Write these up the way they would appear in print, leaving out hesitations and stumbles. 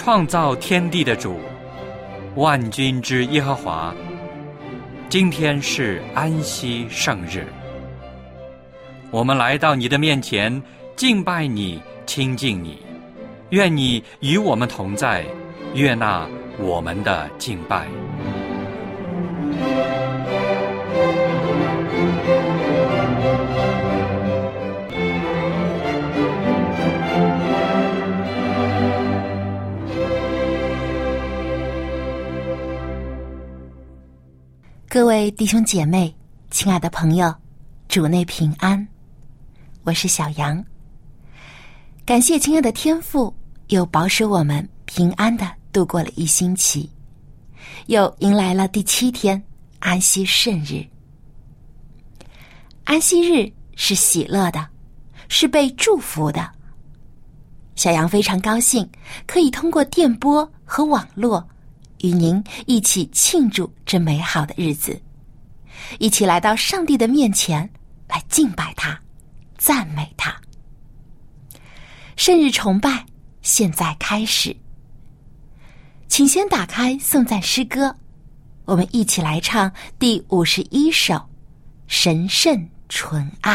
创造天地的主，万军之耶和华，今天是安息圣日。我们来到你的面前，敬拜你，亲近你，愿你与我们同在，悦纳我们的敬拜。 各位弟兄姐妹，亲爱的朋友，主内平安，我是小杨。感谢亲爱的天父又保守我们平安地度过了一星期，又迎来了第7天安息圣日。安息日是喜乐的，是被祝福的。小杨非常高兴可以通过电波和网络与您一起庆祝这美好的日子，一起来到上帝的面前来敬拜他，赞美他。圣日崇拜现在开始，请先打开颂赞诗歌，我们一起来唱第51首《神圣纯爱》。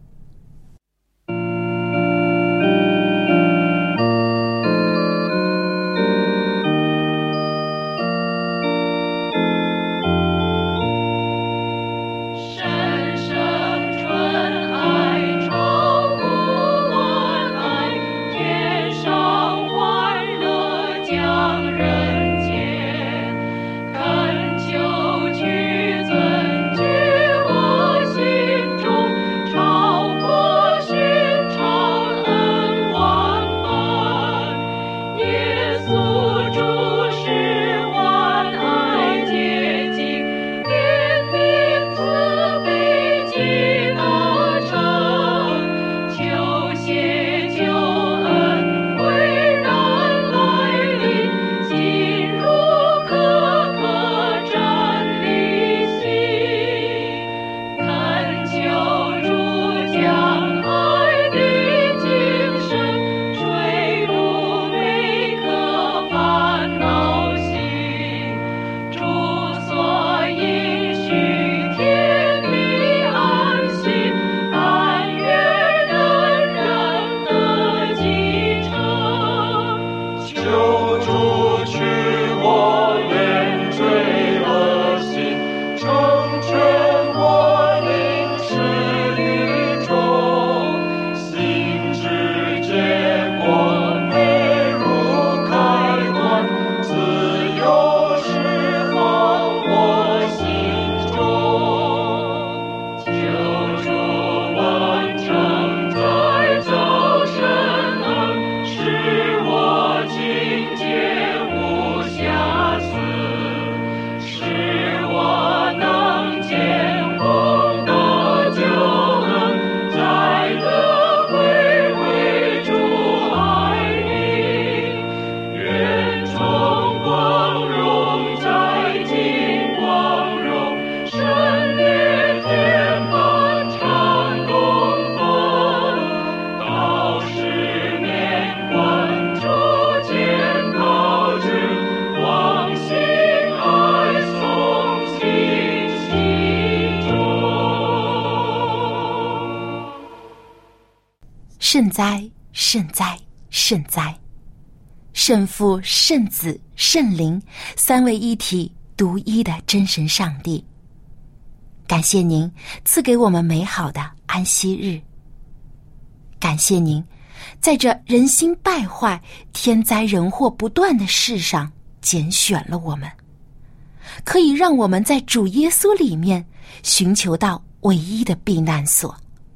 圣哉，圣哉，圣哉！圣父、圣子、圣灵三位一体独一的真神上帝，感谢您赐给我们美好的安息日。感谢您在这人心败坏、天灾人祸不断的世上拣选了我们，可以让我们在主耶稣里面寻求到唯一的避难所。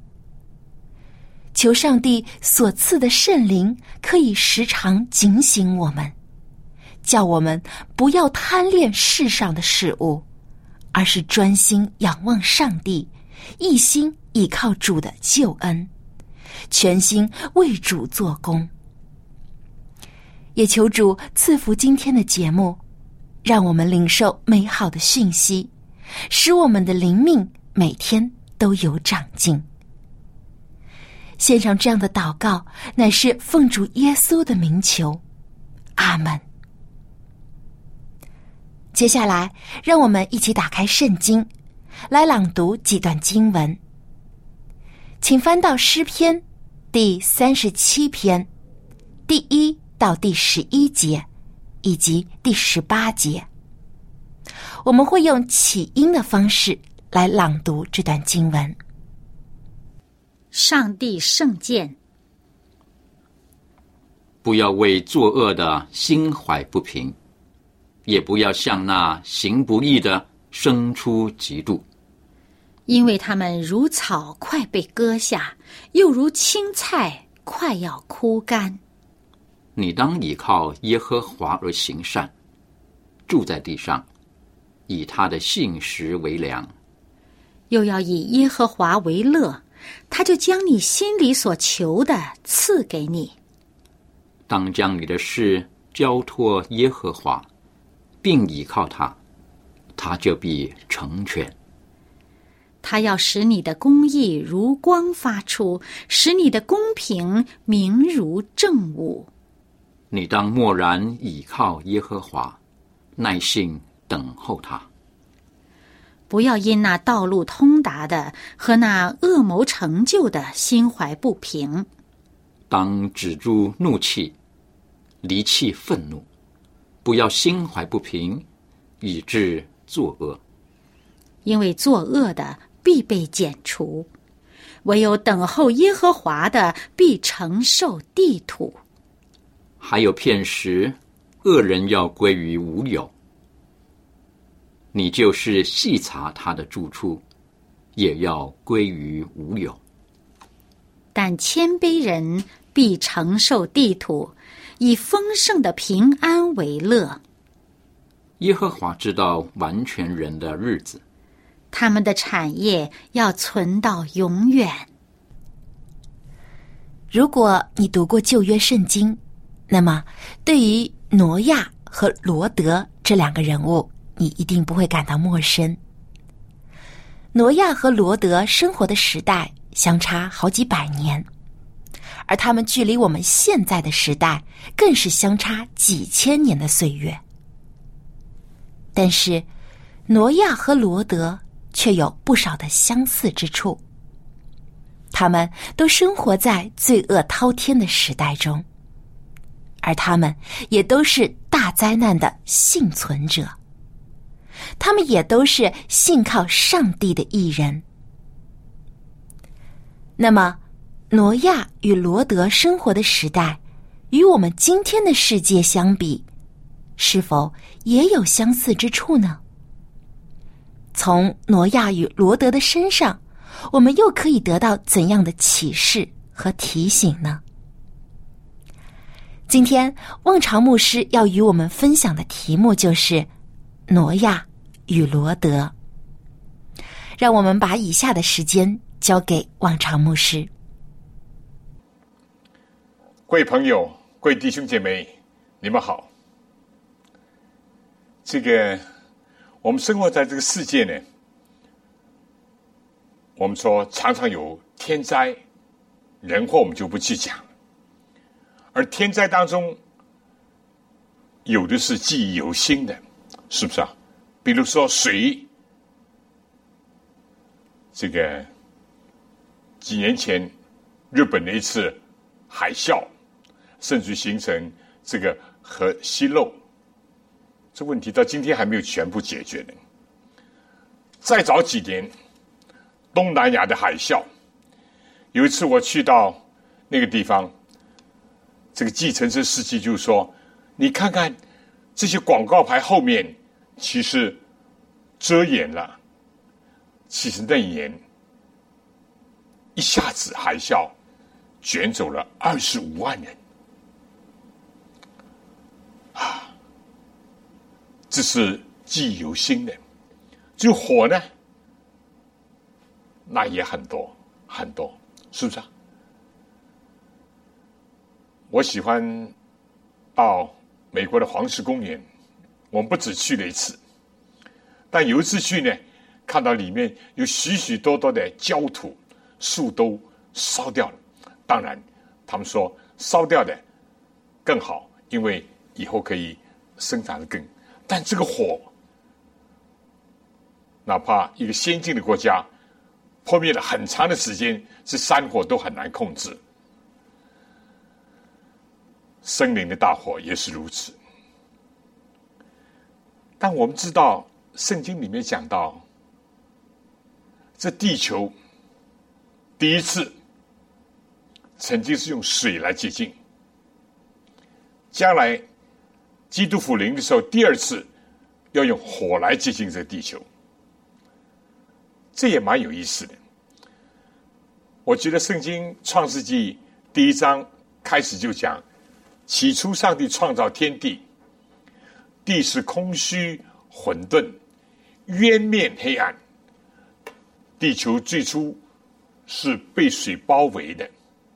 求上帝所赐的圣灵可以时常警醒我们，叫我们不要贪恋世上的事物，而是专心仰望上帝，一心倚靠主的救恩，全心为主做工。也求主赐福今天的节目，让我们领受美好的讯息，使我们的灵命每天都有长进。献上这样的祷告，乃是奉主耶稣的名求， 阿们。接下来，让我们一起打开圣经，来朗读几段经文。请翻到诗篇第37篇第1到第11节，以及第18节。我们会用起音的方式来朗读这段经文。 上帝圣鉴， 不要为作恶的心怀不平，也不要向那行不义的生出嫉妒， 因为他们如草快被割下，又如青菜快要枯干。 你当倚靠耶和华而行善，住在地上，以他的信实为粮， 又要以耶和华为乐，他就将你心里所求的赐给你。 当将你的事交托耶和华，并倚靠他，他就必成全。 他要使你的公义如光发出，使你的公平明如正午。 你当默然倚靠耶和华，耐心等候他。 不要因那道路通达的和那恶谋成就的心怀不平。 当止住怒气，离弃愤怒，不要心怀不平，以致作恶。 因为作恶的必被剪除，唯有等候耶和华的必承受地土。 还有片时，恶人要归于无有，你就是细察他的住处，也要归于无有。 但谦卑人必承受地土，以丰盛的平安为乐。 耶和华知道完全人的日子， 他们的产业要存到永远。 如果你读过旧约圣经，那么对于挪亚和罗德这两个人物，你一定不会感到陌生。挪亚和罗德生活的时代相差好几百年，而他们距离我们现在的时代更是相差几千年的岁月。但是挪亚和罗德却有不少的相似之处，他们都生活在罪恶滔天的时代中，而他们也都是大灾难的幸存者，他们也都是信靠上帝的义人。那么挪亚与罗德生活的时代与我们今天的世界相比，是否也有相似之处呢？从挪亚与罗德的身上，我们又可以得到怎样的启示和提醒呢？今天望潮牧师要与我们分享的题目就是挪亚与罗德。让我们把以下的时间交给望潮牧师。 各位朋友，各位弟兄姐妹，你们好。我们生活在这个世界呢，我们说常常有天灾人祸，我们就不去讲。而天灾当中，有的是记忆犹新的，是不是啊？比如说水，几年前日本的一次海啸，甚至形成核泄漏，这问题到今天还没有全部解决呢。再早几年，东南亚的海啸，有一次我去到那个地方，计程车司机就说：“你看看这些广告牌后面，其实遮掩了。其实那一年，一下子海啸卷走了25万人。这是记忆犹新的。就火呢，那也很多很多，是不是啊？我喜欢到美国的黄石公园，我们不只去了一次，但有一次去呢，看到里面有许许多多的焦土，树都烧掉了。当然他们说烧掉的更好，因为以后可以生长得更。但这个火，哪怕一个先进的国家破灭了很长的时间，这山火都很难控制。森林的大火也是如此。但我们知道圣经里面讲到，这地球第一次曾经是用水来洁净，将来基督复临的时候，第二次要用火来洁净这个地球。这也蛮有意思的。我觉得圣经创世纪第1章开始就讲，起初上帝创造天地，地是空虚混沌，渊面黑暗，地球最初是被水包围的。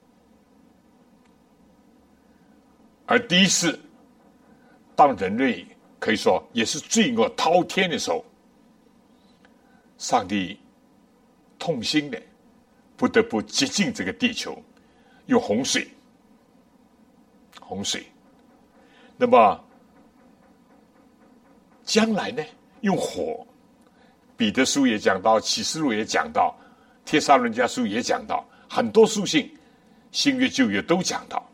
而第一次当人类可以说也是罪恶滔天的时候，上帝痛心的不得不洁净这个地球，用洪水。那么将来呢，用火。彼得书也讲到，启示录也讲到，帖撒罗尼迦书也讲到，很多书信新约旧约都讲到。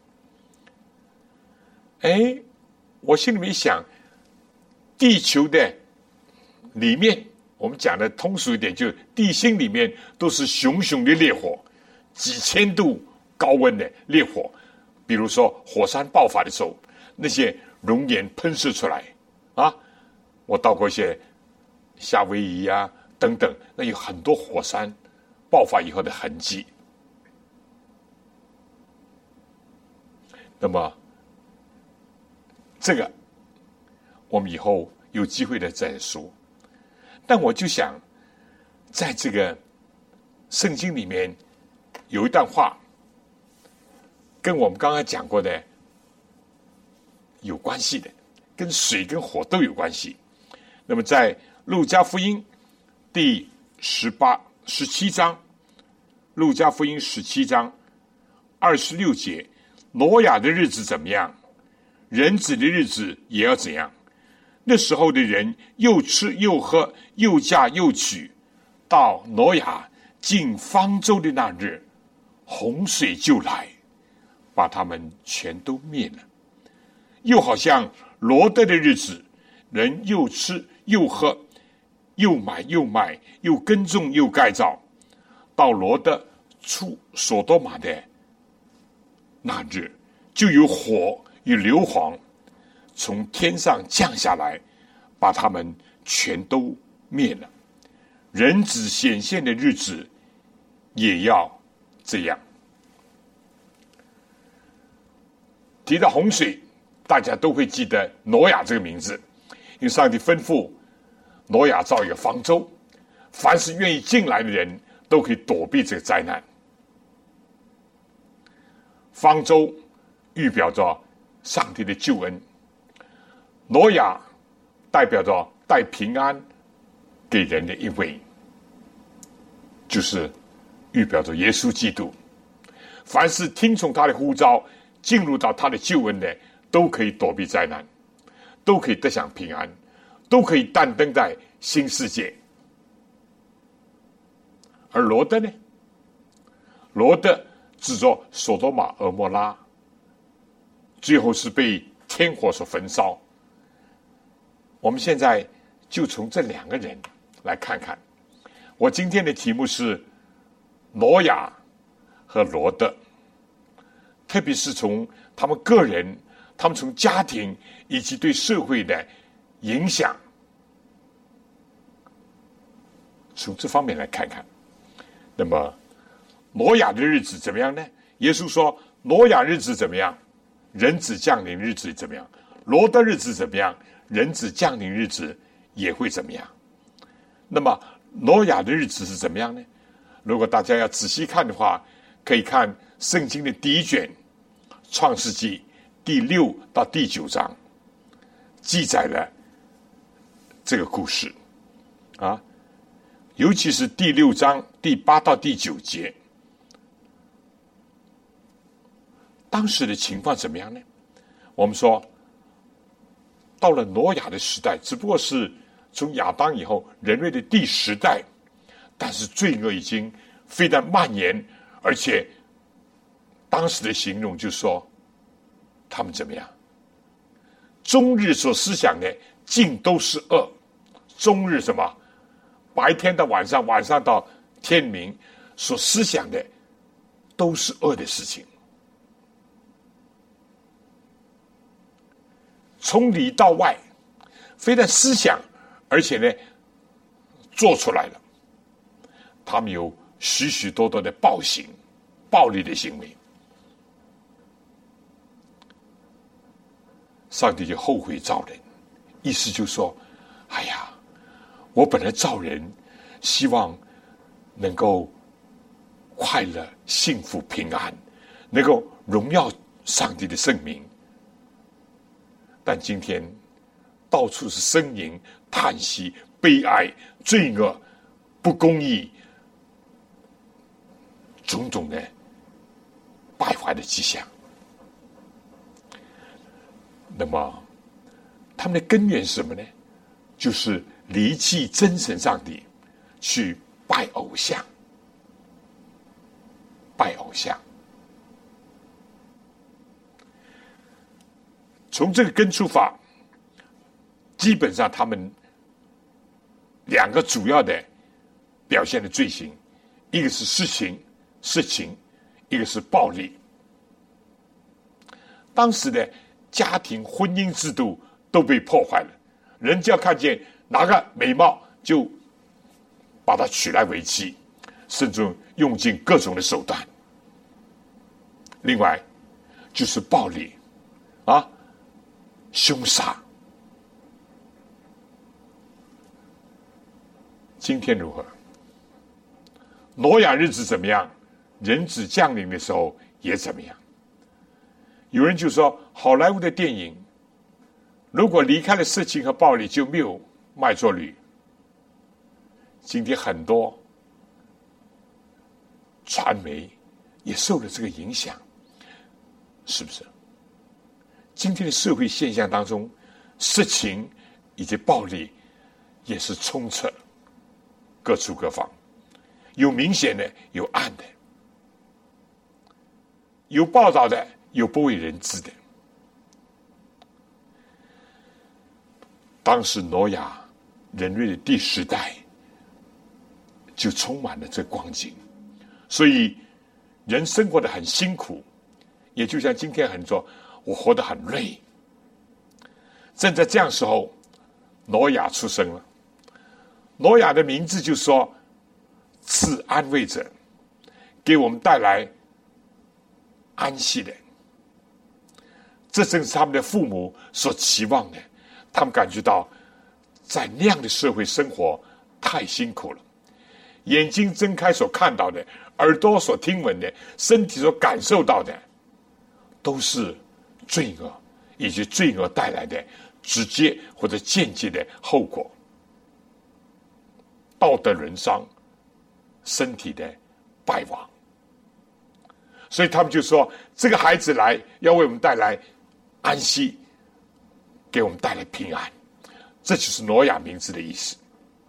我心里面想，地球的里面，我们讲的通俗一点，就是地心里面都是熊熊的烈火，几千度高温的烈火。比如说火山爆发的时候，那些熔岩喷射出来啊！我到过一些夏威夷啊等等，那有很多火山爆发以后的痕迹。那么这个我们以后有机会的再说。但我就想，在这个圣经里面有一段话，跟我们刚才讲过的有关系的，跟水跟火都有关系。那么在路加福音第17章，路加福音17章26节，挪亚的日子怎么样，人子的日子也要怎样。那时候的人又吃又喝，又嫁又娶，到挪亚进方舟的那日，洪水就来，把他们全都灭了。又好像罗德的日子，人又吃又喝，又买又卖，又耕种又盖造，到罗德出所多玛的那日，就有火与硫磺从天上降下来，把他们全都灭了。人子显现的日子也要这样。提到洪水，大家都会记得挪亚这个名字，因为上帝吩咐挪亚造一个方舟，凡是愿意进来的人都可以躲避这个灾难。方舟预表着上帝的救恩，挪亚代表着带平安给人的一位，就是预表着耶稣基督。凡是听从他的呼召，进入到他的救恩的，都可以躲避灾难，都可以得享平安，都可以诞登在新世界。而罗德呢？罗德指着所多玛俄摩拉，最后是被天火所焚烧。我们现在就从这两个人来看看。我今天的题目是挪亚和罗德，特别是从他们个人，他们从家庭以及对社会的影响，从这方面来看看。那么挪亚的日子怎么样呢？耶稣说挪亚日子怎么样，人子降临日子怎么样，罗德日子怎么样，人子降临日子也会怎么样。那么挪亚的日子是怎么样呢？如果大家要仔细看的话，可以看圣经的第一卷创世纪第6到第9章，记载了这个故事啊，尤其是第6章第8到第9节。当时的情况怎么样呢？我们说到了挪亚的时代，只不过是从亚当以后人类的第10代，但是罪恶已经非常蔓延，而且当时的形容就是说，他们怎么样？终日所思想的尽都是恶。终日什么？白天到晚上，晚上到天明，所思想的都是恶的事情。从里到外，非但思想，而且呢，做出来了。他们有许许多多的暴行、暴力的行为。上帝就后悔造人，意思就是说，哎呀，我本来造人，希望能够快乐、幸福、平安，能够荣耀上帝的圣名。但今天到处是呻吟、叹息、悲哀、罪恶、不公义，种种的败坏的迹象。那么他们的根源是什么呢？就是离弃真神上帝，去拜偶像。拜偶像。从这个根出发，基本上他们2个主要的表现的罪行，一个是色情，一个是暴力。当时的家庭婚姻制度都被破坏了，人只要看见哪个美貌，就把她娶来为妻，甚至用尽各种的手段。另外就是暴力啊，凶杀。今天如何？挪亚日子怎么样？人子降临的时候也怎么样？有人就说，好莱坞的电影如果离开了色情和暴力，就没有卖座率。今天很多传媒也受了这个影响，是不是？今天的社会现象当中，色情以及暴力也是充斥各处各方，有明显的，有暗的，有报道的，有不为人知的。当时挪亚人类的第10代就充满了这光景，所以人生活得很辛苦，也就像今天很多我活得很累。正在这样时候，挪亚出生了。挪亚的名字就说赐安慰者，给我们带来安息的。这正是他们的父母所期望的。他们感觉到在那样的社会生活太辛苦了，眼睛睁开所看到的，耳朵所听闻的，身体所感受到的，都是罪恶以及罪恶带来的直接或者间接的后果，道德沦丧，身体的败亡。所以他们就说，这个孩子来要为我们带来安息，给我们带来平安。这就是挪亚名字的意思。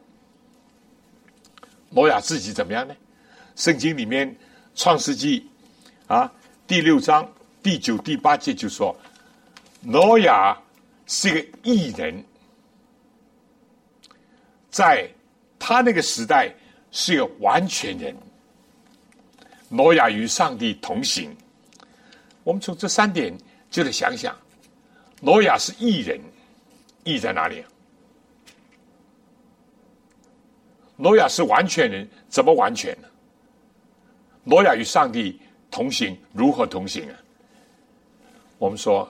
挪亚自己怎么样呢？圣经里面创世纪第6章第9、第8节就说，挪亚是个义人，在他那个时代是个完全人。挪亚与上帝同行。我们从这3点就得想想，挪亚是义人，义在哪里啊？挪亚是完全人，怎么完全呢？挪亚与上帝同行，如何同行啊？我们说，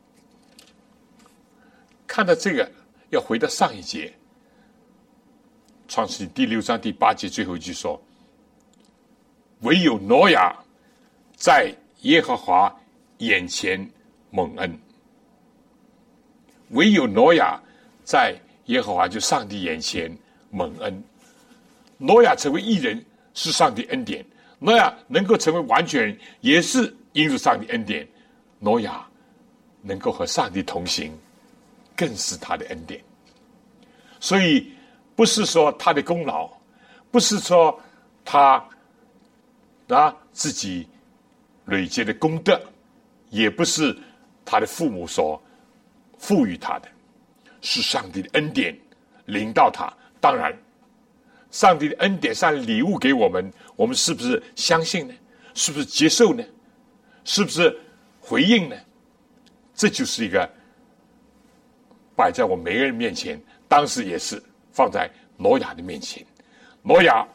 看到这个要回到上一节，创世记第6章第8节最后一句说，唯有挪亚在耶和华眼前蒙恩。唯有挪亚在耶和华就上帝眼前蒙恩。挪亚成为义人是上帝恩典，挪亚能够成为完全人也是因着上帝恩典。挪亚能够和上帝同行， 更是他的恩典。所以不是说他的功劳，不是说他自己累积的功德，也不是他的父母所赋予他的，是上帝的恩典临到他。当然上帝的恩典上礼物给我们，我们是不是相信呢？是不是接受呢？是不是回应呢？这就是一个摆在我们每个人面前，当时也是放在挪亚的面前。挪亚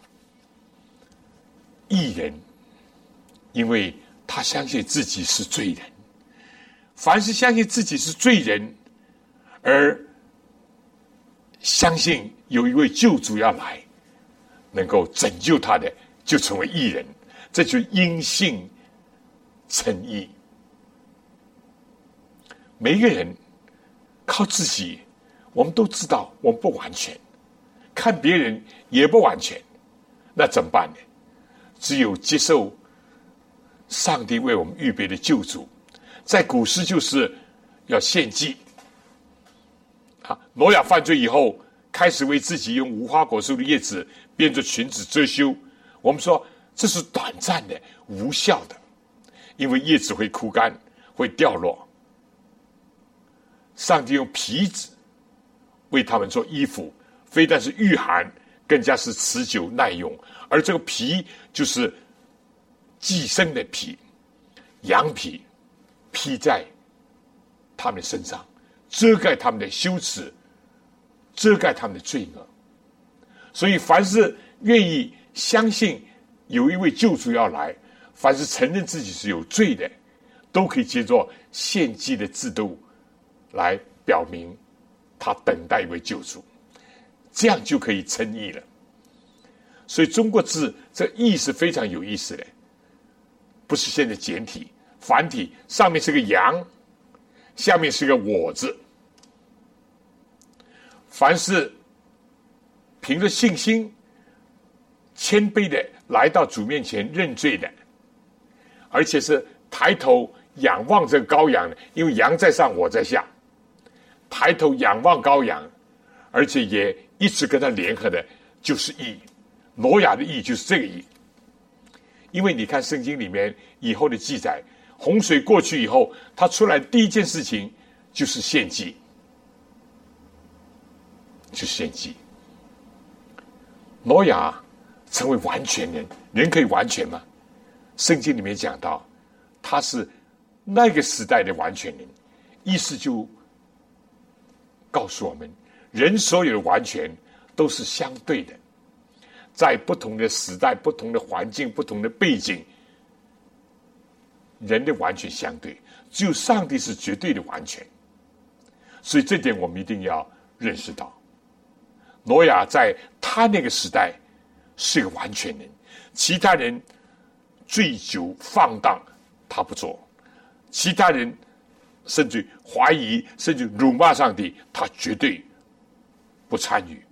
义人，因为他相信自己是罪人，凡是相信自己是罪人而相信有一位救主要来能够拯救他的，就成为义人，这就是因信称义。每一个人靠自己，我们都知道我们不完全，看别人也不完全，那怎么办呢？只有接受上帝为我们预备的救主。在古时就是要献祭挪亚犯罪以后，开始为自己用无花果树的叶子编着裙子遮羞。我们说这是短暂的、无效的，因为叶子会枯干，会掉落。上帝用皮子为他们做衣服，非但是御寒，更加是持久耐用。而这个皮就是寄生的皮，羊皮，披在他们的身上，遮盖他们的羞耻，遮盖他们的罪恶。所以凡是愿意相信有一位救主要来，凡是承认自己是有罪的，都可以借着献祭的制度来表明他等待一位救主，这样就可以称义了。所以中国字这义是非常有意思的，不是现在简体，繁体上面是个羊，下面是个我字。凡是凭着信心谦卑的来到主面前认罪的，而且是抬头仰望这个羔羊的，因为羊在上我在下，抬头仰望羔羊，而且也一直跟他联合的，就是义。挪亚的义就是这个义。因为你看圣经里面以后的记载，洪水过去以后，他出来第一件事情就是献祭，就是献祭。挪亚成为完全人，人可以完全吗？圣经里面讲到他是那个时代的完全人，意思就告诉我们，人所有的完全都是相对的，在不同的时代、不同的环境、不同的背景，人的完全相对，只有上帝是绝对的完全。所以这点我们一定要认识到，挪亚在他那个时代是个完全人，其他人醉酒放荡他不做，其他人甚至怀疑甚至辱骂上帝，他绝对不参与。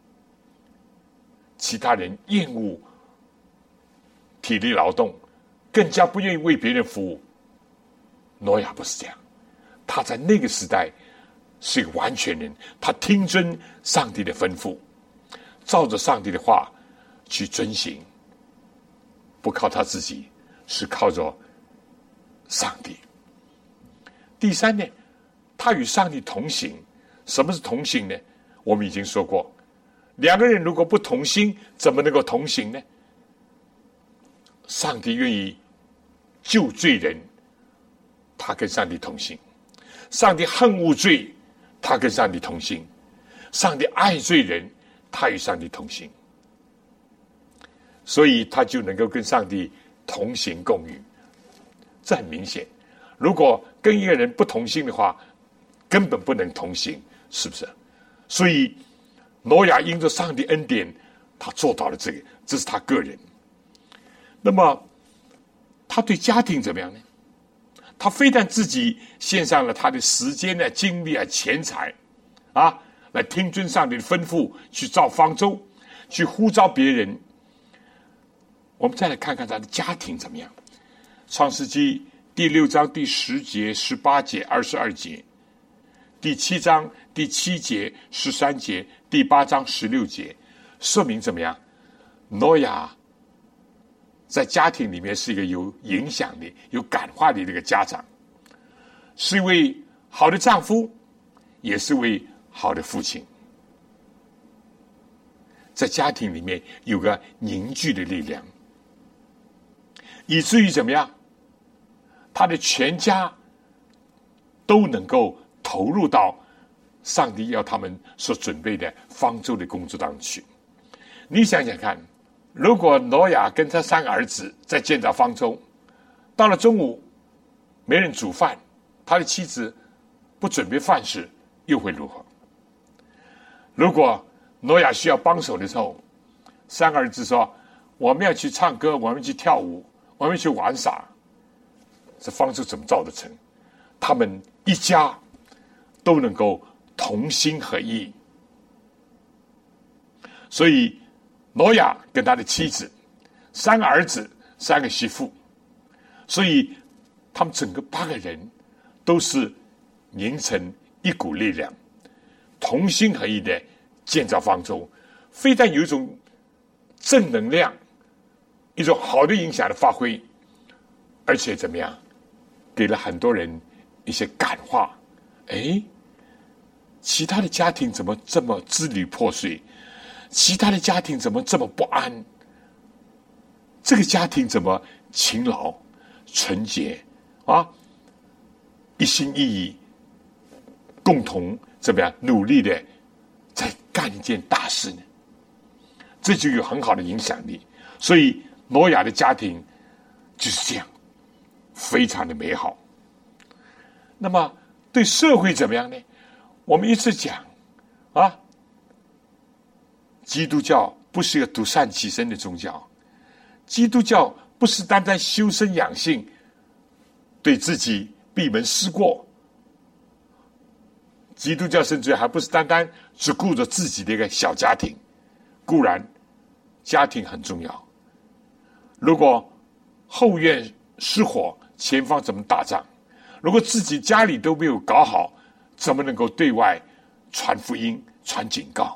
其他人厌恶体力劳动，更加不愿意为别人服务。挪亚不是这样，他在那个时代是一个完全人，他听遵上帝的吩咐，照着上帝的话去遵行，不靠他自己，是靠着上帝。第三呢，他与上帝同行。什么是同行呢？我们已经说过，两个人如果不同心，怎么能够同行呢？上帝愿意救罪人，他跟上帝同行；上帝恨恶罪，他跟上帝同行；上帝爱罪人，他与上帝同行。所以他就能够跟上帝同行共语。这很明显，如果跟一个人不同心的话，根本不能同行，是不是？所以挪亚因着上帝恩典，他做到了这个，这是他个人。那么他对家庭怎么样呢？他非但自己献上了他的时间啊、精力啊、钱财啊，来听遵上帝的吩咐，去造方舟，去呼召别人。我们再来看看他的家庭怎么样。创世纪第6章第10节、18节、22节， 第7章第7节、13节，第8章16节，说明怎么样？挪亚在家庭里面是一个有影响力、有感化力的一个家长，是一位好的丈夫，也是位好的父亲。在家庭里面有个凝聚的力量，以至于怎么样？他的全家都能够投入到上帝要他们所准备的方舟的工作当中去。你想想看，如果挪亚跟他3个儿子在建造方舟，到了中午没人煮饭，他的妻子不准备饭食，又会如何？如果挪亚需要帮手的时候，3个儿子说我们要去唱歌，我们去跳舞，我们去玩耍，这方舟怎么造得成？他们一家都能够同心合意。所以挪亚跟他的妻子，3个儿子，3个媳妇，所以他们整个8个人都是凝成一股力量，同心合意的建造方舟，非但有一种正能量，一种好的影响的发挥，而且怎么样，给了很多人一些感化。其他的家庭怎么这么支离破碎？其他的家庭怎么这么不安？这个家庭怎么勤劳、纯洁啊，一心一意，共同怎么样努力的在干一件大事呢？这就有很好的影响力。所以挪亚的家庭就是这样，非常的美好。那么对社会怎么样呢？我们一直讲啊，基督教不是一个独善其身的宗教，基督教不是单单修身养性，对自己闭门思过，基督教甚至还不是单单只顾着自己的一个小家庭。固然家庭很重要，如果后院失火，前方怎么打仗？如果自己家里都没有搞好，怎么能够对外传福音、传警告？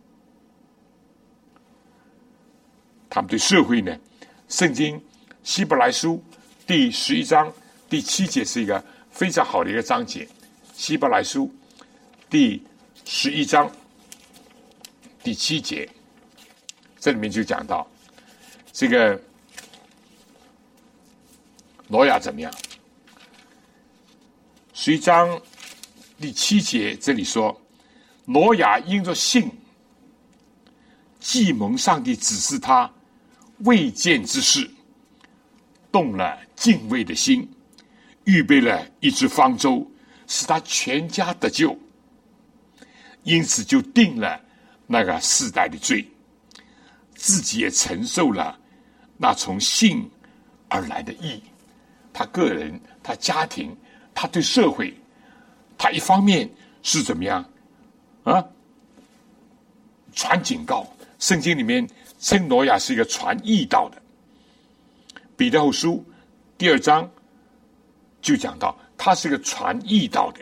他们对社会呢，圣经希伯来书第11章第7节是一个非常好的一个章节。希伯来书第11章第7节，这里面就讲到这个挪亚怎么样。11章第7节这里说，挪亚因着信，既蒙上帝指示他未见之事，动了敬畏的心，预备了一只方舟，使他全家得救，因此就定了那个世代的罪，自己也承受了那从信而来的义。他个人，他家庭，他对社会，他一方面是怎么样啊？传警告。圣经里面称挪亚是一个传义道的。彼得后书第2章就讲到，他是一个传义道的，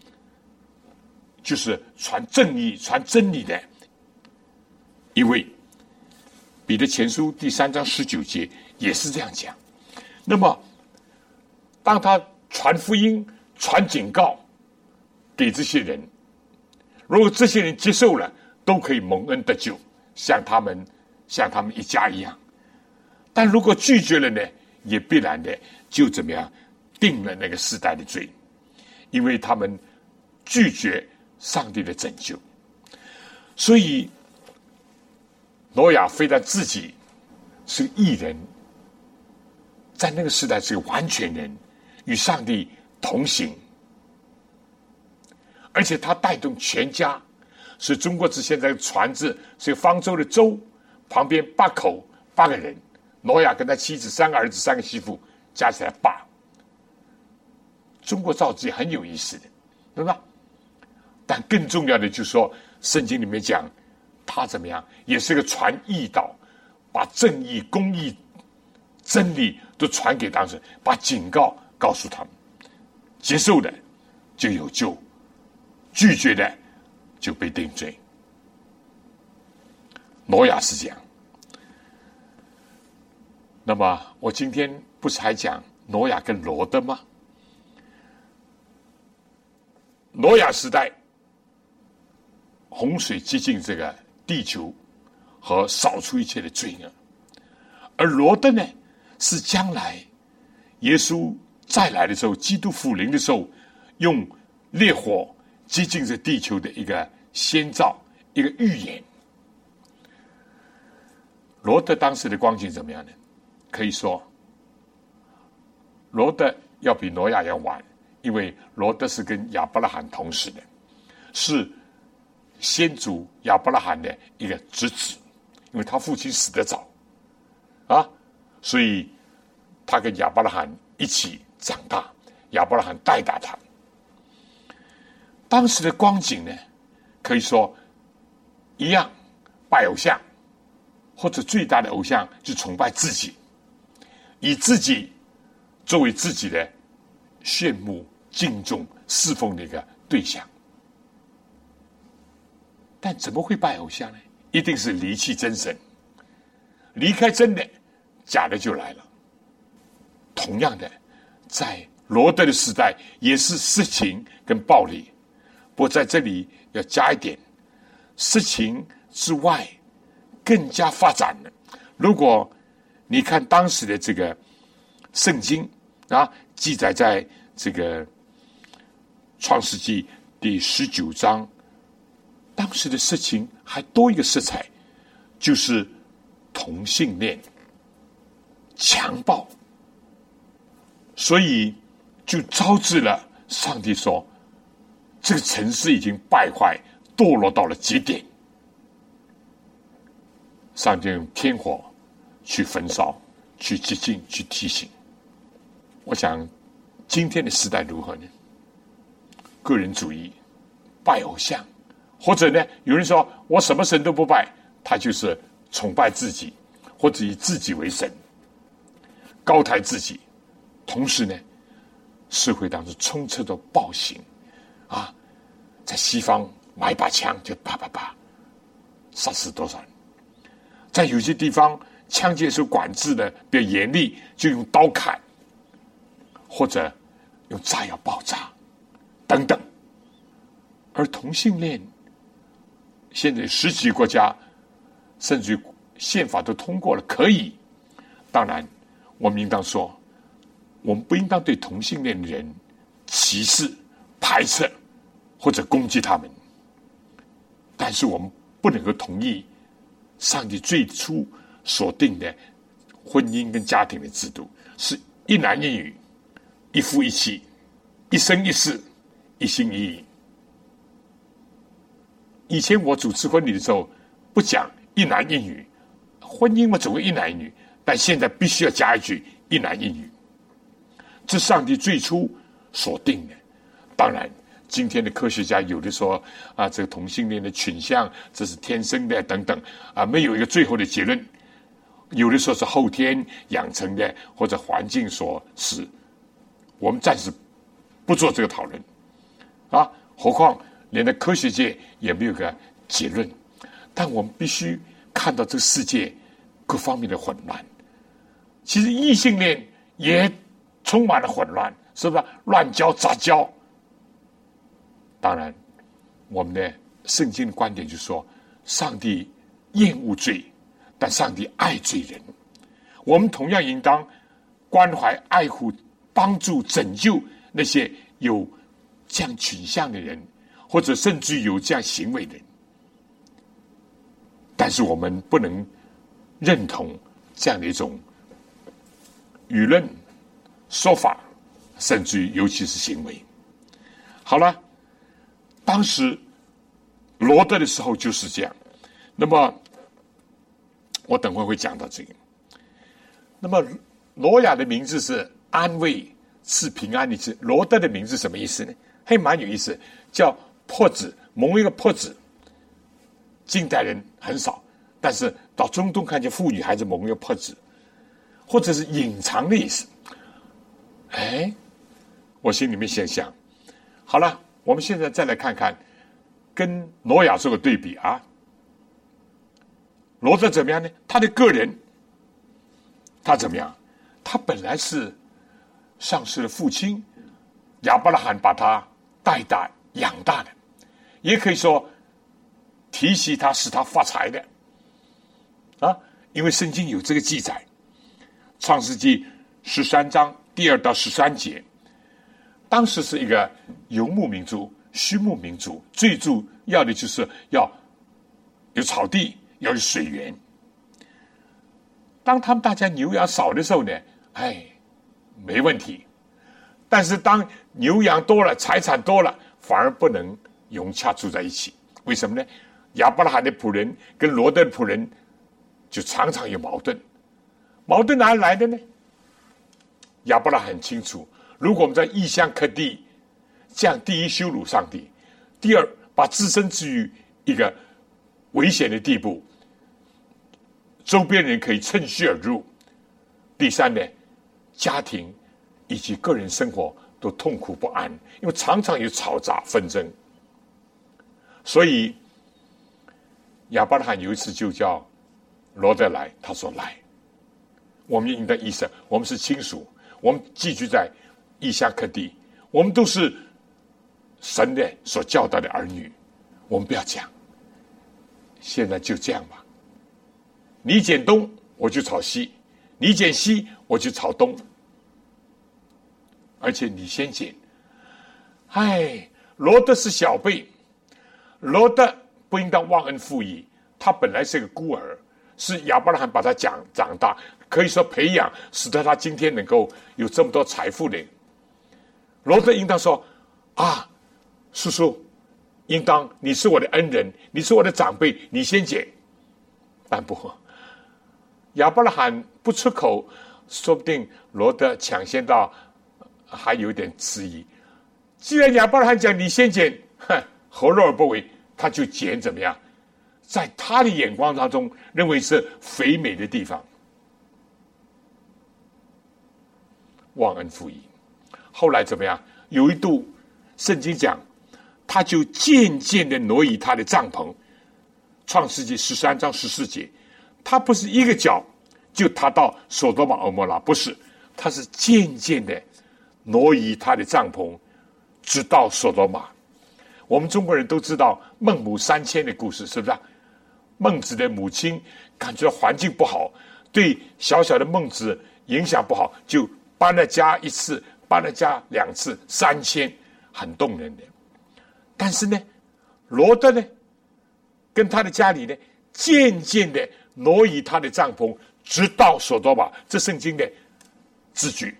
就是传正义、传真理的一位。彼得前书第3章19节也是这样讲。那么当他传福音、传警告给这些人，如果这些人接受了，都可以蒙恩得救，像他们一家一样。但如果拒绝了呢，也必然的就怎么样，定了那个世代的罪，因为他们拒绝上帝的拯救。所以挪亚非但自己是个义人，在那个时代是个完全人，与上帝同行，而且他带动全家。所以中国字现在船字是方舟的舟，旁边8口8个人，挪亚跟他妻子3个儿子3个媳妇，加起来8。中国造字也很有意思的，对吧？但更重要的就是说，圣经里面讲他怎么样，也是个传义道，把正义、公义、真理都传给当事人，把警告告诉他们，接受的就有救， 拒绝的就被定罪。挪亚是这样。那么我今天不是还讲挪亚跟罗德吗？挪亚时代，洪水接近这个地球和扫除一切的罪恶，而罗德呢，是将来耶稣再来的时候，基督复临的时候，用烈火接近这地球的一个先兆，一个预言。罗德当时的光景怎么样呢？可以说，罗德要比挪亚要晚，因为罗德是跟亚伯拉罕同时的，是先祖亚伯拉罕的一个侄子，因为他父亲死得早啊，所以他跟亚伯拉罕一起长大，亚伯拉罕带大他。当时的光景呢，可以说一样，拜偶像，或者最大的偶像就崇拜自己，以自己作为自己的羡慕、敬重、侍奉的一个对象。但怎么会拜偶像呢？一定是离弃真神，离开真的，假的就来了。同样的，在罗德的时代也是色情跟暴力，不过在这里要加一点，色情之外更加发展了。如果你看当时的这个圣经啊，记载在这个创世纪第19章，当时的色情还多一个色彩，就是同性恋、强暴，所以就招致了上帝说，这个城市已经败坏堕落到了极点，上帝用天火去焚烧，去洁净，去提醒。我想今天的时代如何呢？个人主义，拜偶像，或者呢，有人说我什么神都不拜，他就是崇拜自己，或者以自己为神，高抬自己。同时呢，社会当中充斥着暴行啊，在西方买把枪就啪啪啪杀死多少人，在有些地方枪械受管制的比较严厉，就用刀砍，或者用炸药爆炸等等。而同性恋现在10几个国家甚至于宪法都通过了，可以。当然我们应当说，我们不应当对同性恋的人歧视、排斥或者攻击他们，但是我们不能够同意上帝最初所定的婚姻跟家庭的制度，是一男一女，一夫一妻，一生一世，一心一意。以前我主持婚礼的时候不讲一男一女，婚姻嘛总归一男一女，但现在必须要加一句一男一女，这上帝最初所定的。当然今天的科学家有的说啊，这个同性恋的倾向这是天生的等等啊，没有一个最后的结论。有的说是后天养成的，或者环境所使。我们暂时不做这个讨论啊，何况连的科学界也没有个结论。但我们必须看到这个世界各方面的混乱。其实异性恋也充满了混乱，是不是乱交杂交？当然我们的圣经的观点就是说，上帝厌恶罪，但上帝爱罪人。我们同样应当关怀、爱护、帮助、拯救那些有这样倾向的人，或者甚至有这样行为的人。但是我们不能认同这样的一种舆论说法，甚至于尤其是行为。好了，当时罗德的时候就是这样。那么我等会会讲到这个。那么挪亚的名字是安慰、赐平安的意思。罗德的名字什么意思呢？还蛮有意思，叫破子，蒙一个破子。近代人很少，但是到中东看见妇女还是蒙一个破子，或者是隐藏的意思。哎，我心里面先想，好了，我们现在再来看看跟挪亚做个对比啊。罗德怎么样呢？他的个人，他怎么样？他本来是上世的父亲亚伯拉罕把他带大养大的，也可以说提携他使他发财的啊，因为圣经有这个记载，创世纪13章2到13节，当时是一个游牧民族、畜牧民族，最主要的就是要有草地，要有水源。当他们大家牛羊少的时候呢，没问题。但是当牛羊多了，财产多了，反而不能融洽住在一起。为什么呢？亚伯拉罕的仆人跟罗德的仆人就常常有矛盾。矛盾哪里来的呢？亚伯拉罕很清楚，如果我们在异乡客地，这样第一羞辱上帝，第二把自身置于一个危险的地步，周边人可以趁虚而入，第三呢，家庭以及个人生活都痛苦不安，因为常常有吵杂纷争。所以亚伯拉罕有一次就叫罗德来，他说来，我们应当意识，我们是亲属，我们寄居在异乡客地，我们都是神的所教导的儿女，我们不要讲，现在就这样吧，你剪东我就炒西，你剪西我就炒东，而且你先剪。罗德是小辈，罗德不应当忘恩负义，他本来是个孤儿，是亚伯拉罕把他长大，可以说培养，使得他今天能够有这么多财富的。罗德应当说啊，叔叔，应当你是我的恩人，你是我的长辈，你先剪。但不，亚伯拉罕不出口，说不定罗德抢先到，还有点迟疑。既然亚伯拉罕讲你先剪，何乐而不为？他就剪，怎么样？在他的眼光当中，认为是肥美的地方，忘恩负义。后来怎么样？有一度，圣经讲，他就渐渐的挪移他的帐篷。创世纪13章14节，他不是一个脚就踏到所多玛蛾摩拉，不是，他是渐渐的挪移他的帐篷，直到所多玛。我们中国人都知道孟母3000的故事，是不是啊？孟子的母亲感觉环境不好，对小小的孟子影响不好，就搬了家一次，搬了家2次，3000，很动人的。但是呢，罗德呢，跟他的家里呢，渐渐的挪移他的帐篷，直到所多玛。这圣经的字句，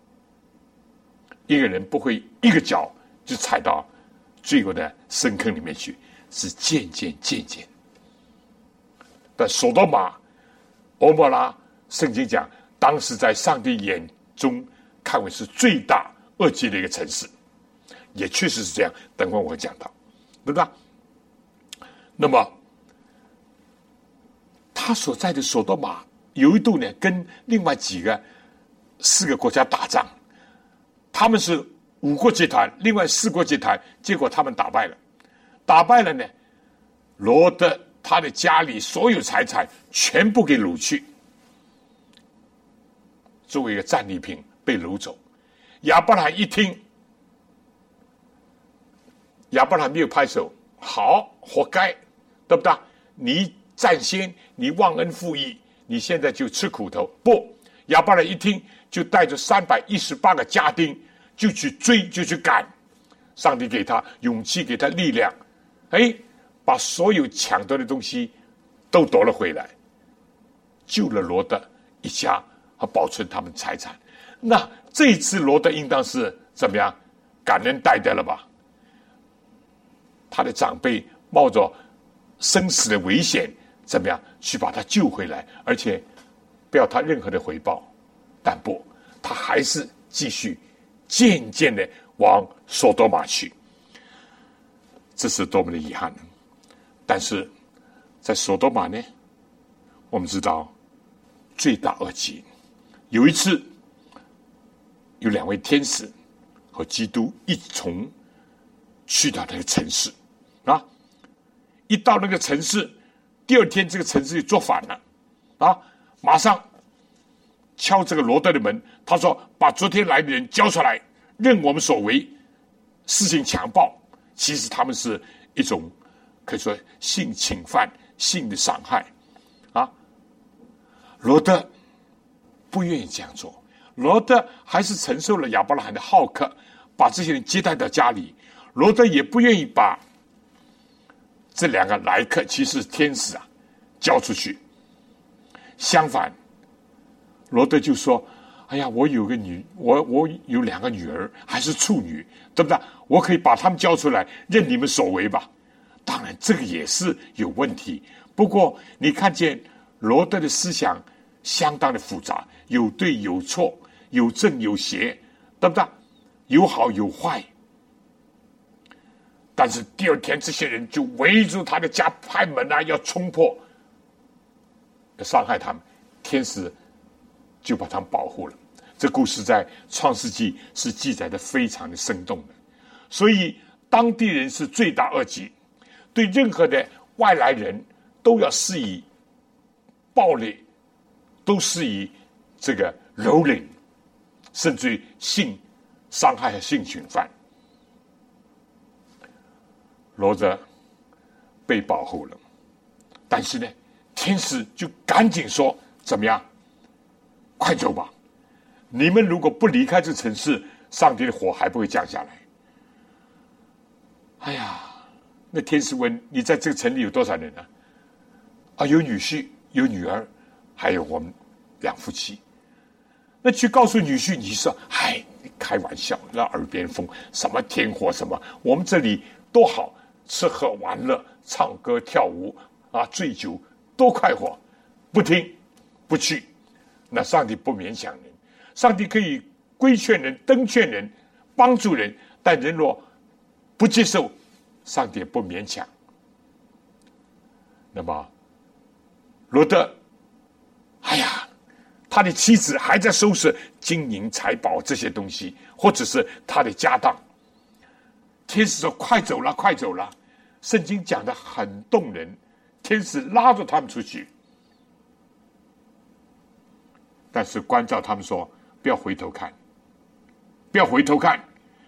一个人不会一个脚就踩到罪恶的深坑里面去，是渐渐。但所多玛、蛾摩拉，圣经讲，当时在上帝眼中看为是罪大恶极的一个城市，也确实是这样。等会我会讲到，对吧？那么他所在的所多玛有一度呢，跟另外4个国家打仗，他们是5国集团，另外4国集团，结果他们打败了呢，罗德他的家里所有财产全部给掳去，作为一个战利品被掳走。亚伯拉罕一听，亚伯拉罕没有拍手，好，活该，对不对？你占先，你忘恩负义，你现在就吃苦头。不，亚伯拉罕一听，就带着318个家丁，就去追，就去赶。上帝给他勇气，给他力量，把所有抢夺的东西都夺了回来，救了罗德一家和保存他们财产。那这一次罗德应当是怎么样？感恩戴德了吧？他的长辈冒着生死的危险，怎么样去把他救回来，而且不要他任何的回报。但不，他还是继续渐渐的往所多玛去，这是多么的遗憾呢？但是在所多玛呢，我们知道罪大恶极。有一次，有2位天使和基督一同去到那个城市啊， 一到那个城市，第二天这个城市就做反了啊！马上敲这个罗德的门，他说：“把昨天来的人交出来，任我们所为，实行强暴。”其实他们是一种可以说性侵犯、性的伤害啊。罗德不愿意这样做，罗德还是承受了亚伯拉罕的好客，把这些人接待到家里。罗德也不愿意把这两个来客，其实是天使啊，交出去。相反，罗德就说：“哎呀，我有有两个女儿，还是处女，对不对？我可以把他们交出来，任你们所为吧。”当然，这个也是有问题。不过，你看见罗德的思想相当的复杂，有对有错，有正有邪，对不对？有好有坏。但是第二天，这些人就围住他的家，拍门啊，要冲破，要伤害他们。天使就把他们保护了。这故事在创世纪是记载的非常的生动的。所以当地人是罪大恶极，对任何的外来人都要施以暴力，都施以这个蹂躏，甚至于性伤害和性侵犯。罗德被保护了，但是呢，天使就赶紧说：“怎么样？快走吧！你们如果不离开这城市，上帝的火还不会降下来。”哎呀，那天使问：“你在这个城里有多少人呢？”啊，有女婿，有女儿，还有我们两夫妻。那去告诉女婿，你说：“嗨，你开玩笑，那耳边风，什么天火什么，我们这里多好。”吃喝玩乐，唱歌跳舞啊，醉酒，多快活！不听，不去。那上帝不勉强人，上帝可以规劝人、登劝人、帮助人，但人若不接受，上帝也不勉强。那么，罗德，哎呀，他的妻子还在收拾金银财宝这些东西，或者是他的家当。天使说：“快走了，快走了。”圣经讲得很动人，天使拉着他们出去，但是关照他们说：“不要回头看，不要回头看。”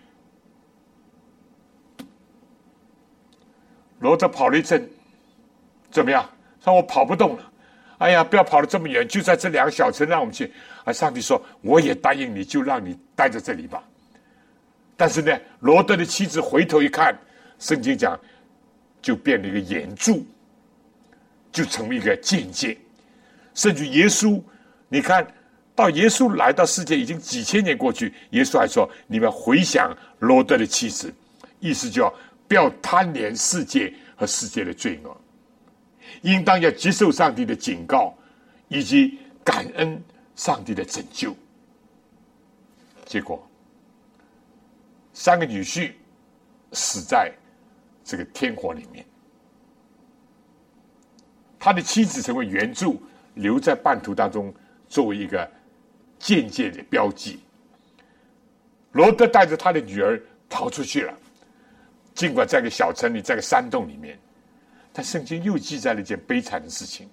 罗德跑了一阵，怎么样？说：“我跑不动了。哎呀，不要跑得这么远，就在这两个小城让我们去。”啊，上帝说：“我也答应你，就让你待在这里吧。”但是呢，罗德的妻子回头一看，圣经讲，就变了一个眼柱，就成为一个境界。甚至耶稣，你看到耶稣来到世界已经几千年过去，耶稣还说：“你们回想罗德的妻子。”意思就不要贪恋世界和世界的罪恶，应当要接受上帝的警告，以及感恩上帝的拯救。结果3个女婿死在这个天火里面，他的妻子成为原著，留在半途当中，作为一个间接的标记。罗德带着他的女儿逃出去了，尽管在一个小城里，在一个山洞里面，但圣经又记载了一件悲惨的事情。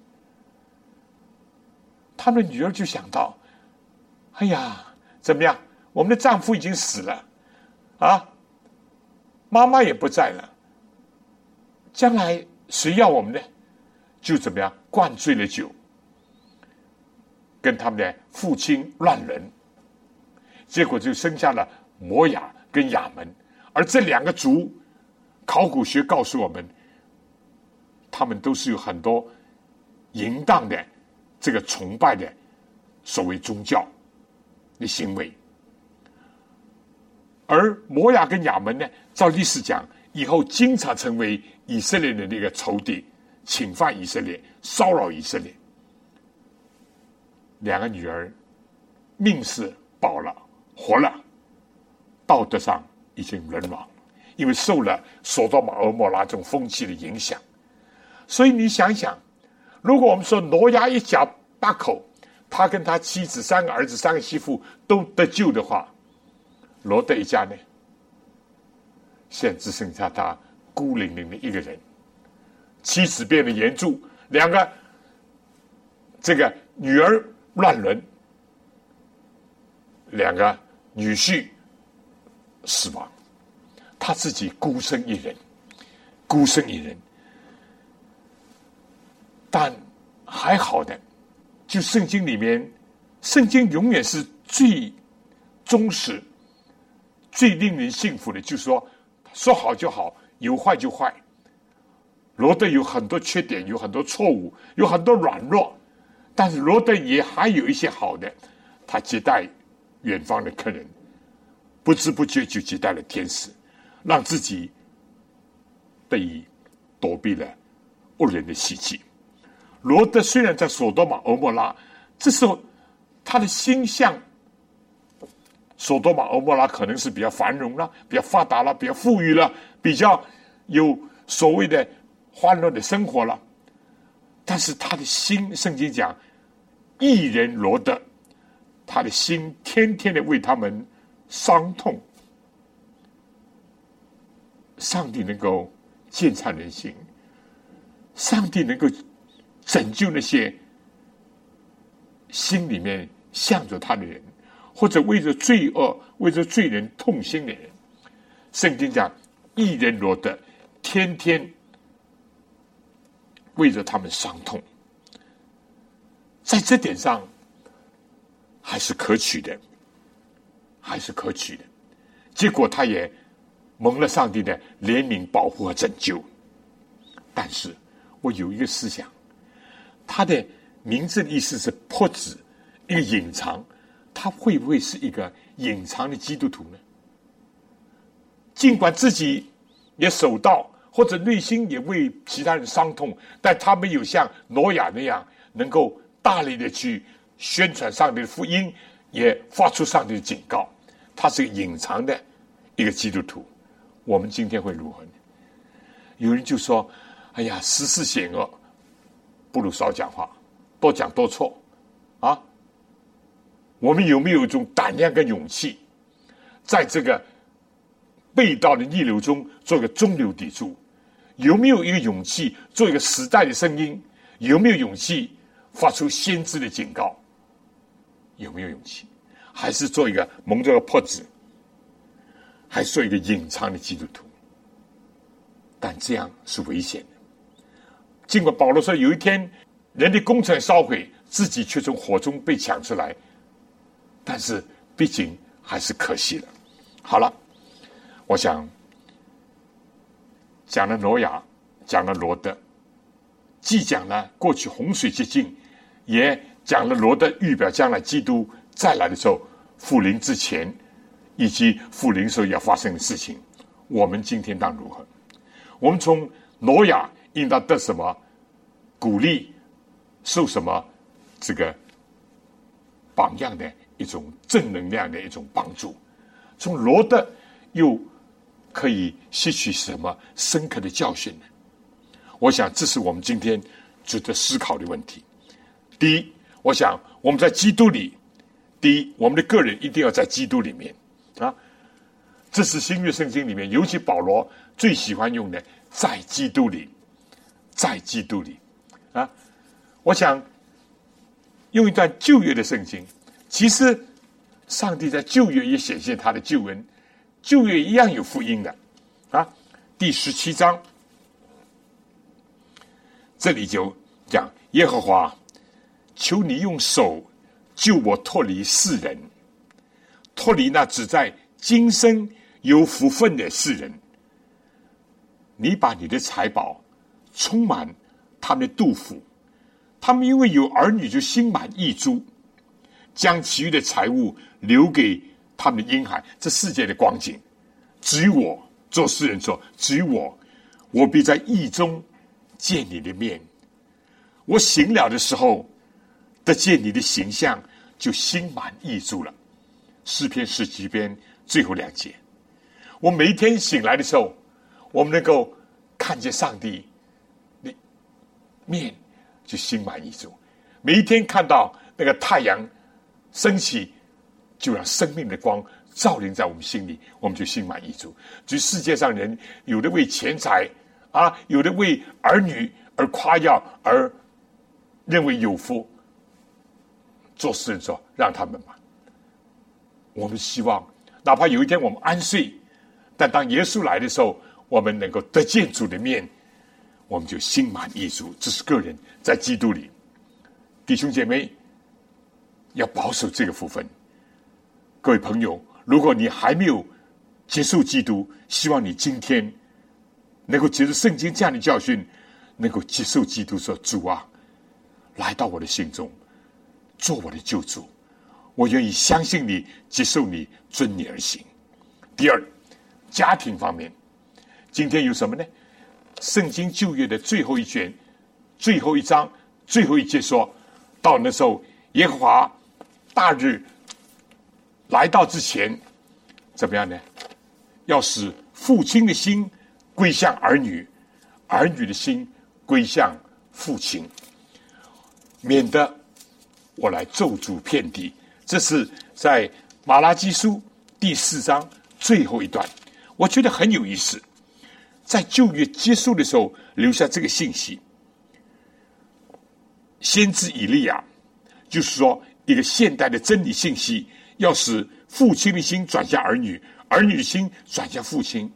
他们的女儿就想到：“哎呀，怎么样？我们的丈夫已经死了，啊，妈妈也不在了，将来谁要我们呢？”就怎么样，灌醉了酒，跟他们的父亲乱伦，结果就生下了摩亚跟亚门。而这2个族，考古学告诉我们，他们都是有很多淫荡的这个崇拜的所谓宗教的行为。而摩亚跟亚门呢，照历史讲，以后经常成为以色列人的一个仇敌，侵犯以色列，骚扰以色列。2个女儿命是保了，活了，道德上已经沦亡，因为受了所多玛蛾摩拉这种风气的影响。所以你想想，如果我们说挪亚一家8口，他跟他妻子3个儿子3个媳妇都得救的话，罗德一家呢，现在只剩下他孤零零的一个人， 妻子变得严重，两个这个女儿乱伦，两个女婿死亡，他自己孤身一人，孤身一人。但还好的，就圣经里面，圣经永远是最忠实、最令人信服的，就是说好就好，有坏就坏。罗德有很多缺点，有很多错误，有很多软弱，但是罗德也还有一些好的，他接待远方的客人，不知不觉就接待了天使，让自己得以躲避了恶人的袭击。罗德虽然在索多玛俄摩拉，这时候他的心向索多玛俄摩拉可能是比较繁荣了，比较发达了，比较富裕了，比较有所谓的欢乐的生活了。但是他的心，圣经讲义人罗德，他的心天天的为他们伤痛。上帝能够鉴察人心，上帝能够拯救那些心里面向着他的人，或者为着罪恶、为着罪人痛心的人。圣经讲义人罗德天天为着他们伤痛，在这点上还是可取的，还是可取的。结果他也蒙了上帝的怜悯、保护和拯救。但是我有一个思想，他的名字的意思是破子，一个隐藏，他会不会是一个隐藏的基督徒呢？尽管自己也守道，或者内心也为其他人伤痛，但他没有像挪亚那样能够大力的去宣传上帝的福音，也发出上帝的警告。他是个隐藏的一个基督徒。我们今天会如何呢？有人就说，哎呀，时事险恶，不如少讲话，多讲多错啊。我们有没有一种胆量跟勇气，在这个背道的逆流中做一个中流砥柱？有没有一个勇气做一个时代的声音？有没有勇气发出先知的警告？有没有勇气？还是做一个蒙着个破子，还是做一个隐藏的基督徒？但这样是危险的。尽管保罗说有一天人的工程烧毁，自己却从火中被抢出来，但是毕竟还是可惜了。好了，我想讲了挪亚，讲了罗德，既讲了过去洪水接近，也讲了罗德预表将来基督再来的时候，复临之前以及复临时候要发生的事情。我们今天当如何？我们从挪亚应当得什么鼓励，受什么这个榜样的一种正能量的一种帮助？从罗德又可以吸取什么深刻的教训呢？我想这是我们今天值得思考的问题。第一，我想我们在基督里，第一，我们的个人一定要在基督里面啊。这是新约圣经里面，尤其保罗最喜欢用的，在基督里，在基督里啊。我想用一段旧约的圣经，其实上帝在旧约也显现他的救恩，旧约一样有福音的啊。第17章这里就讲，耶和华，求你用手救我脱离世人，脱离那只在今生有福分的世人。你把你的财宝充满他们的肚腹，他们因为有儿女就心满意足，将其余的财物留给他们的婴孩。这世界的光景，至于我，做世人说，至于我必在义中见你的面。我醒了的时候，得见你的形象，就心满意足了。诗篇17篇最后2节，我每一天醒来的时候，我们能够看见上帝的面，就心满意足。每一天看到那个太阳升起，就让生命的光照临在我们心里，我们就心满意足。就世界上人有的为钱财有的为儿女而夸耀，而认为有福。做诗人说让他们吧。我们希望哪怕有一天我们安睡，但当耶稣来的时候，我们能够得见主的面，我们就心满意足。这是个人在基督里。弟兄姐妹要保守这个福分。各位朋友，如果你还没有接受基督，希望你今天能够接受圣经这样的教训，能够接受基督，说主啊，来到我的心中，做我的救主，我愿意相信你，接受你，遵你而行。第二，家庭方面，今天有什么呢？圣经旧约的最后一卷最后一章最后一节说，到那时候耶和华大日来到之前，怎么样呢？要使父亲的心归向儿女，儿女的心归向父亲，免得我来咒诅遍地。这是在马拉基书第4章最后一段，我觉得很有意思。在旧约结束的时候留下这个信息，先知以利亚就是说一个现代的真理信息，要使父亲的心转向儿女，儿女的心转向父亲，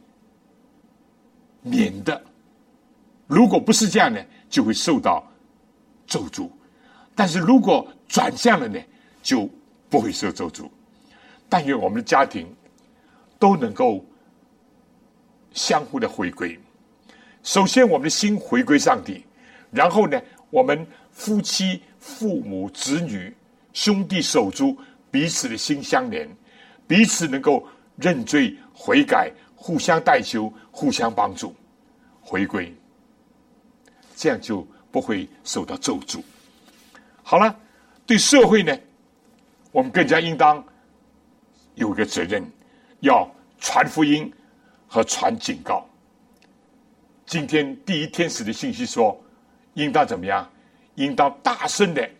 免得如果不是这样呢，就会受到咒诅；但是如果转向了呢，就不会受咒诅。但愿我们的家庭都能够相互的回归。首先我们的心回归上帝，然后呢，我们夫妻、父母、子女、兄弟手足彼此的心相连，彼此能够认罪悔改，互相代求，互相帮助，回归，这样就不会受到咒诅。好了，对社会呢，我们更加应当有一个责任，要传福音和传警告。今天第一天使的信息说，应当怎么样？应当大声的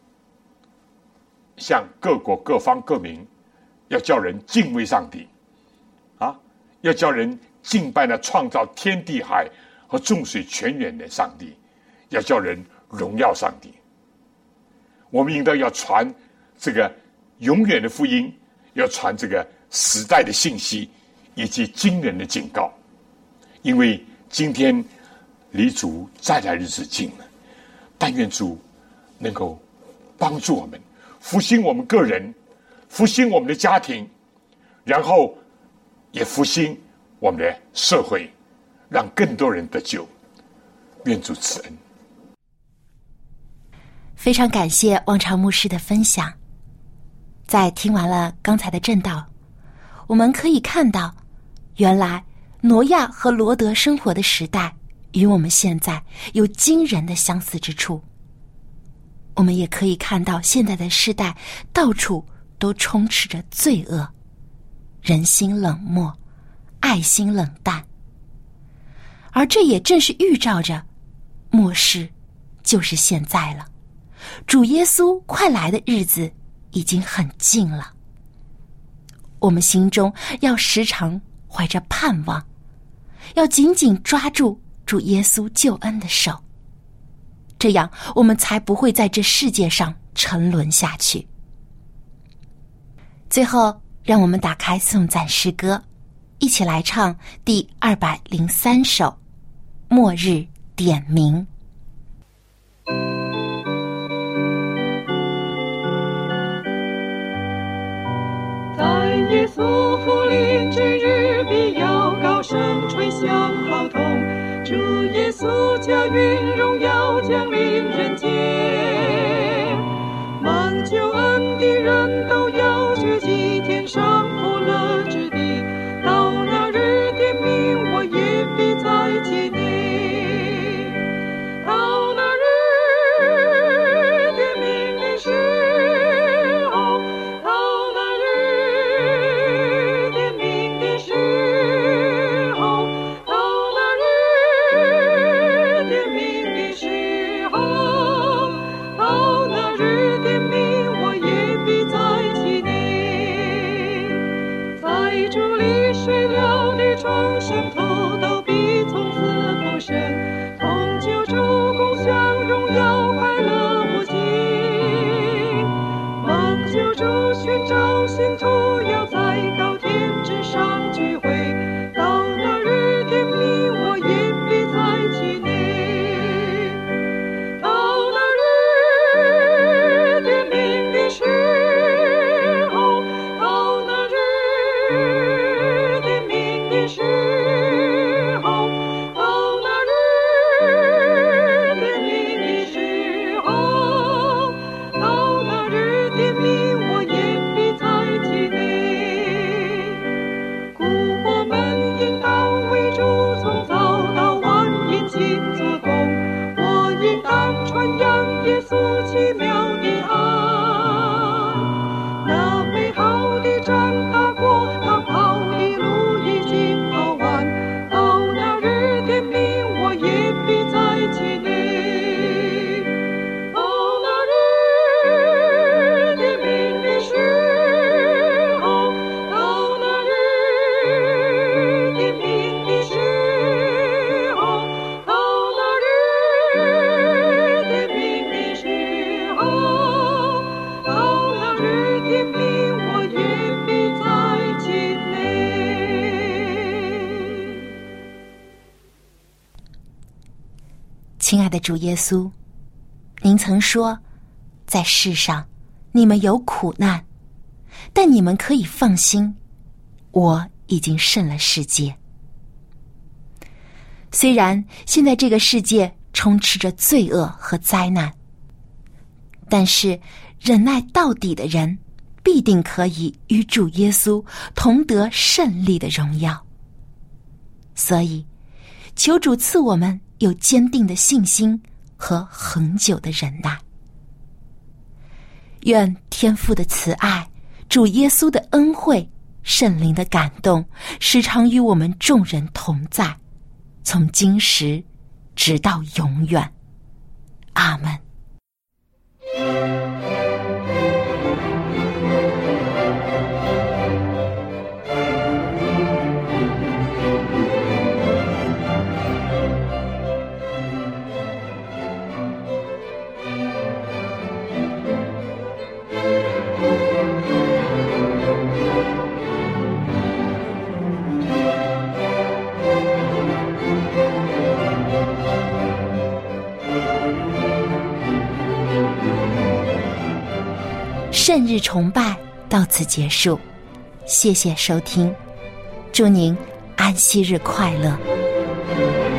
向各国各方各民，要叫人敬畏上帝要叫人敬拜那创造天地海和众水泉源的上帝，要叫人荣耀上帝。我们应当要传这个永远的福音，要传这个时代的信息以及惊人的警告。因为今天离主再来日子近了，但愿主能够帮助我们，复兴我们个人，复兴我们的家庭，然后也复兴我们的社会，让更多人得救。愿主赐恩。 非常感谢望潮牧师的分享。在听完了刚才的证道，我们可以看到，原来挪亚和罗德生活的时代与我们现在有惊人的相似之处。我们也可以看到现在的世代到处都充斥着罪恶，人心冷漠，爱心冷淡，而这也正是预兆着末世就是现在了，主耶稣快来的日子已经很近了。我们心中要时常怀着盼望，要紧紧抓住主耶稣救恩的手，这样我们才不会在这世界上沉沦下去。最后，让我们打开颂赞诗歌，一起来唱第203首《末日点名》。 在耶稣复临之日，必要高声吹响号筒，主耶稣驾云荣耀降临人间，蒙救恩的人都要聚集天上福乐之地，到那日点名，我也必在其内。到那日点名的时候，到那日点名的时候，到那日点名的时候，到那日点名，我也必在其亲爱的主耶稣，您曾说，在世上你们有苦难，但你们可以放心，我已经胜了世界。虽然现在这个世界充斥着罪恶和灾难，但是忍耐到底的人必定可以与主耶稣同得胜利的荣耀。所以求主赐我们有坚定的信心和恒久的忍耐。愿天父的慈爱、主耶稣的恩惠、圣灵的感动时常与我们众人同在，从今时直到永远。阿们。圣日崇拜到此结束，谢谢收听，祝您安息日快乐。